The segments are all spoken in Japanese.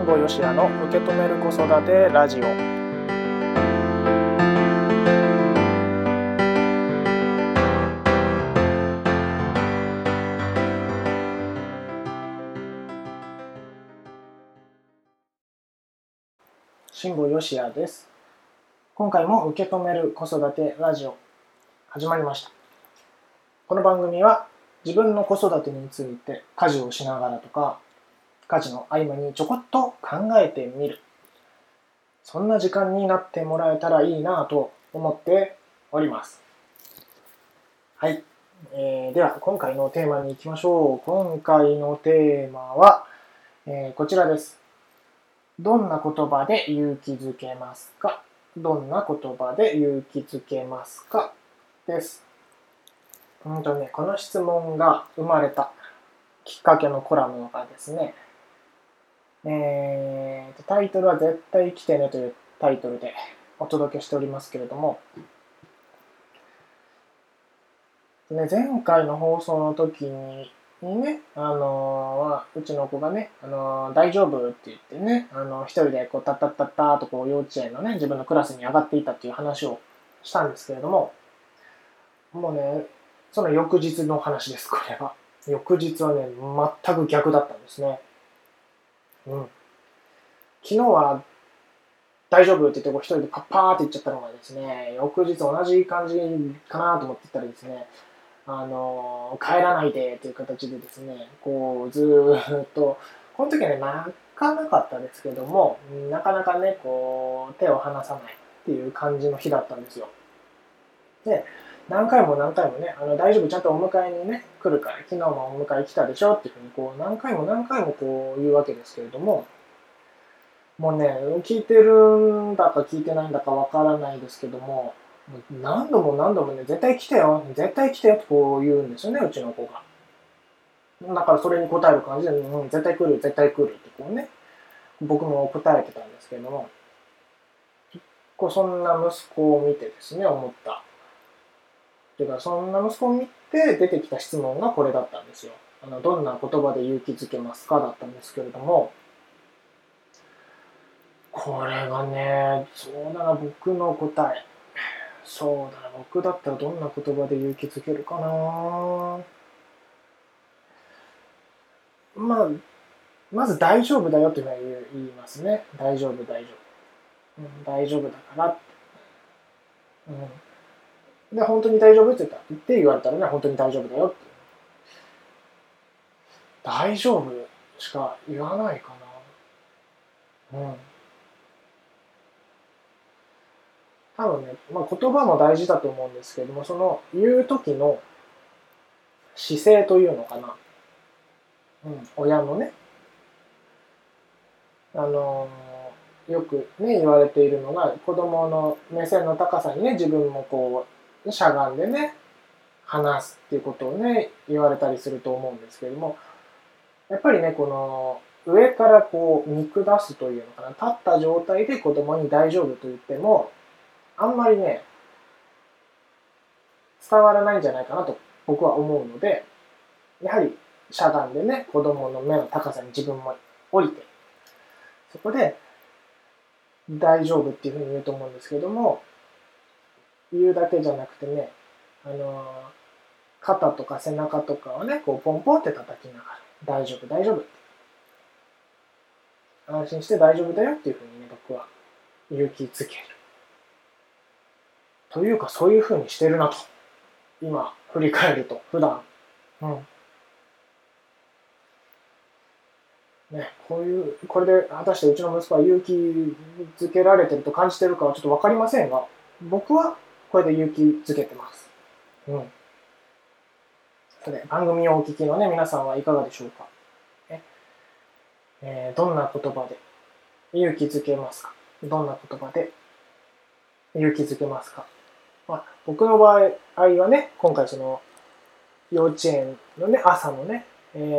保よしやの受け止める子育てラジオ。新保よしやです。今回も受け止める子育てラジオ始まりました。この番組は自分の子育てについて家事をしながらとか家事の合間にちょこっと考えてみる、そんな時間になってもらえたらいいなと思っております。はい、では今回のテーマに行きましょう。今回のテーマは、こちらです。どんな言葉で勇気づけますか？どんな言葉で勇気づけますか？です。この質問が生まれたきっかけのコラムがですね、タイトルは絶対来てねというタイトルでお届けしておりますけれども、前回の放送の時にね、うちの子がね、大丈夫って言ってね、一人でこうタッタッタッターとこう幼稚園のね、自分のクラスに上がっていたっていう話をしたんですけれども、もうね、その翌日の話です、これは。翌日はね、全く逆だったんですね。昨日は大丈夫って言ってこう一人でパッパーって言っちゃったのがですね、翌日同じ感じかなと思って言ったらですね、帰らないでという形でですね、こうずーっと、この時はね、泣かなかったですけども、なかなかね、こう手を離さないっていう感じの日だったんですよ。で、何回もね、大丈夫、ちゃんとお迎えにね、来るから、昨日もお迎え来たでしょっていうふうに、こう、何回もこう言うわけですけれども、もうね、聞いてるんだか聞いてないんだかわからないですけども、何度もね、絶対来てよとこう言うんですよね、うちの子が。だからそれに答える感じで、絶対来るってこうね、僕も答えてたんですけども、こうそんな息子を見てですね、思った。ていうか、そんな息子を見て出てきた質問がこれだったんですよ。どんな言葉で勇気づけますかだったんですけれども、これがね、そうだな、僕の答え。そうだな、僕だったらどんな言葉で勇気づけるかな。まず大丈夫だよっていうのは言いますね。大丈夫。大丈夫だからって。で、本当に大丈夫って言われたらね、本当に大丈夫だよって。大丈夫しか言わないかな。多分ね、言葉も大事だと思うんですけれども、その言う時の姿勢というのかな。親のね、よくね、言われているのが、子供の目線の高さにね、自分もこう、しゃがんでね、話すっていうことをね、言われたりすると思うんですけれども、やっぱりね、この、上からこう見下すというのかな、立った状態で子供に大丈夫と言っても、あんまりね、伝わらないんじゃないかなと僕は思うので、やはりしゃがんでね、子供の目の高さに自分も降りて、そこで大丈夫っていうふうに言うと思うんですけども、言うだけじゃなくてね、肩とか背中とかをね、こうポンポンって叩きながら、大丈夫って。安心して大丈夫だよっていうふうにね、僕は勇気づける。というか、そういうふうにしてるなと。今、振り返ると、普段。これで果たしてうちの息子は勇気づけられてると感じてるかはちょっとわかりませんが、僕はこれで勇気づけてます。それ番組をお聞きのね、皆さんはいかがでしょうか。どんな言葉で勇気づけますか？どんな言葉で勇気づけますか？僕の場合はね、今回その幼稚園のね、朝のね、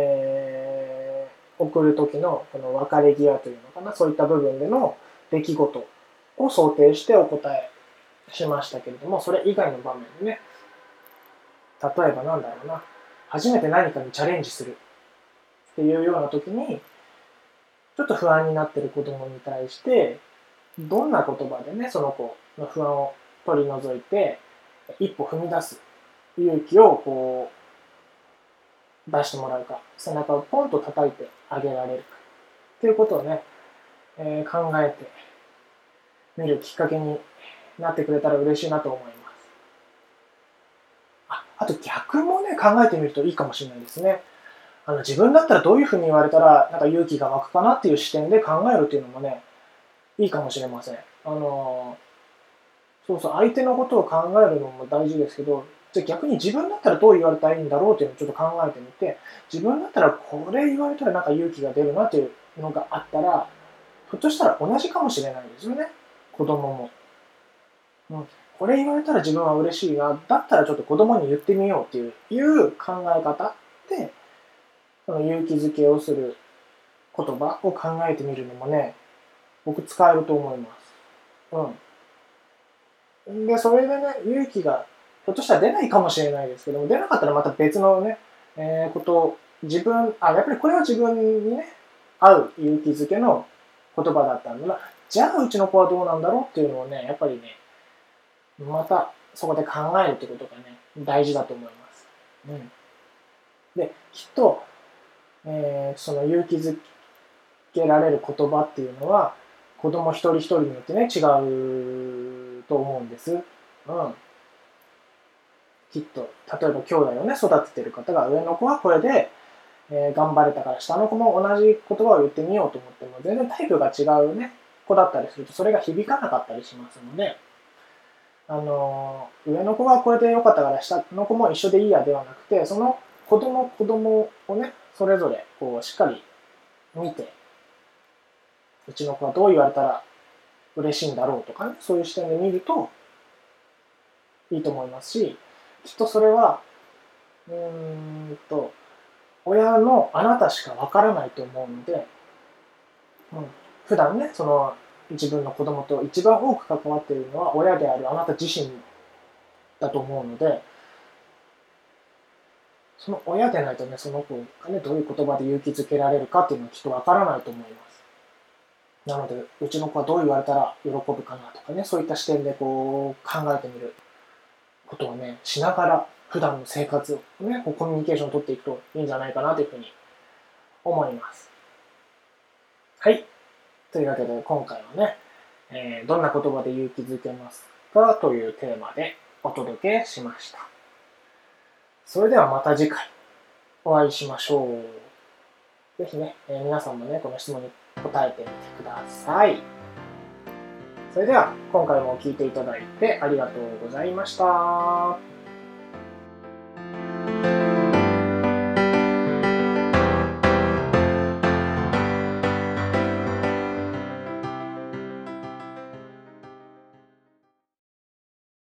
送る時のこの別れ際というのかな、そういった部分での出来事を想定してお答えしましたけれども、それ以外の場面でね、例えば初めて何かにチャレンジするっていうような時に、 ちょっと不安になっている子供に対して、どんな言葉でね、その子の不安を取り除いて、一歩踏み出す勇気をこう出してもらうか、背中をポンと叩いてあげられるか、ということをね、考えてみるきっかけになってくれたら嬉しいなと思います。あと逆もね、考えてみるといいかもしれないですね。自分だったらどういうふうに言われたらなんか勇気が湧くかなっていう視点で考えるっていうのもね、いいかもしれません。そうそう、相手のことを考えるのも大事ですけど、じゃあ逆に自分だったらどう言われたらいいんだろうっていうのをちょっと考えてみて、自分だったらこれ言われたらなんか勇気が出るなっていうのがあったら、ひょっとしたら同じかもしれないですよね。子供も。これ言われたら自分は嬉しいな。だったらちょっと子供に言ってみようっていう考え方で、その勇気づけをする言葉を考えてみるのもね、僕使えると思います。で、それでね、勇気がひょっとしたら出ないかもしれないですけども、出なかったらまた別のね、ことをやっぱりこれは自分にね、合う勇気づけの言葉だったんだな。じゃあうちの子はどうなんだろうっていうのをね、やっぱりね、またそこで考えるってことがね、大事だと思います。で、きっと、その勇気づけられる言葉っていうのは、子供一人一人によってね、違うと思うんです。きっと、例えば兄弟をね、育ててる方が上の子はこれで、頑張れたから下の子も同じ言葉を言ってみようと思っても、全然タイプが違うね、子だったりすると、それが響かなかったりしますので、上の子がこれで良かったから下の子も一緒でいいやではなくて、その子供をね、それぞれこうしっかり見て、うちの子はどう言われたら嬉しいんだろうとかね、そういう視点で見るといいと思いますし、きっとそれは、親のあなたしかわからないと思うので、普段ね、その自分の子供と一番多く関わっているのは親であるあなた自身だと思うので、その親でないとね、その子がね、どういう言葉で勇気づけられるかっていうのはきっとわからないと思います。なので、うちの子はどう言われたら喜ぶかなとかね、そういった視点でこう考えてみることをね、しながら普段の生活をね、コミュニケーションを取っていくといいんじゃないかなというふうに思います。はい。というわけで今回はね、どんな言葉で勇気づけますかというテーマでお届けしました。それではまた次回お会いしましょう。ぜひね、皆さんもね、この質問に答えてみてください。それでは今回も聞いていただいてありがとうございました。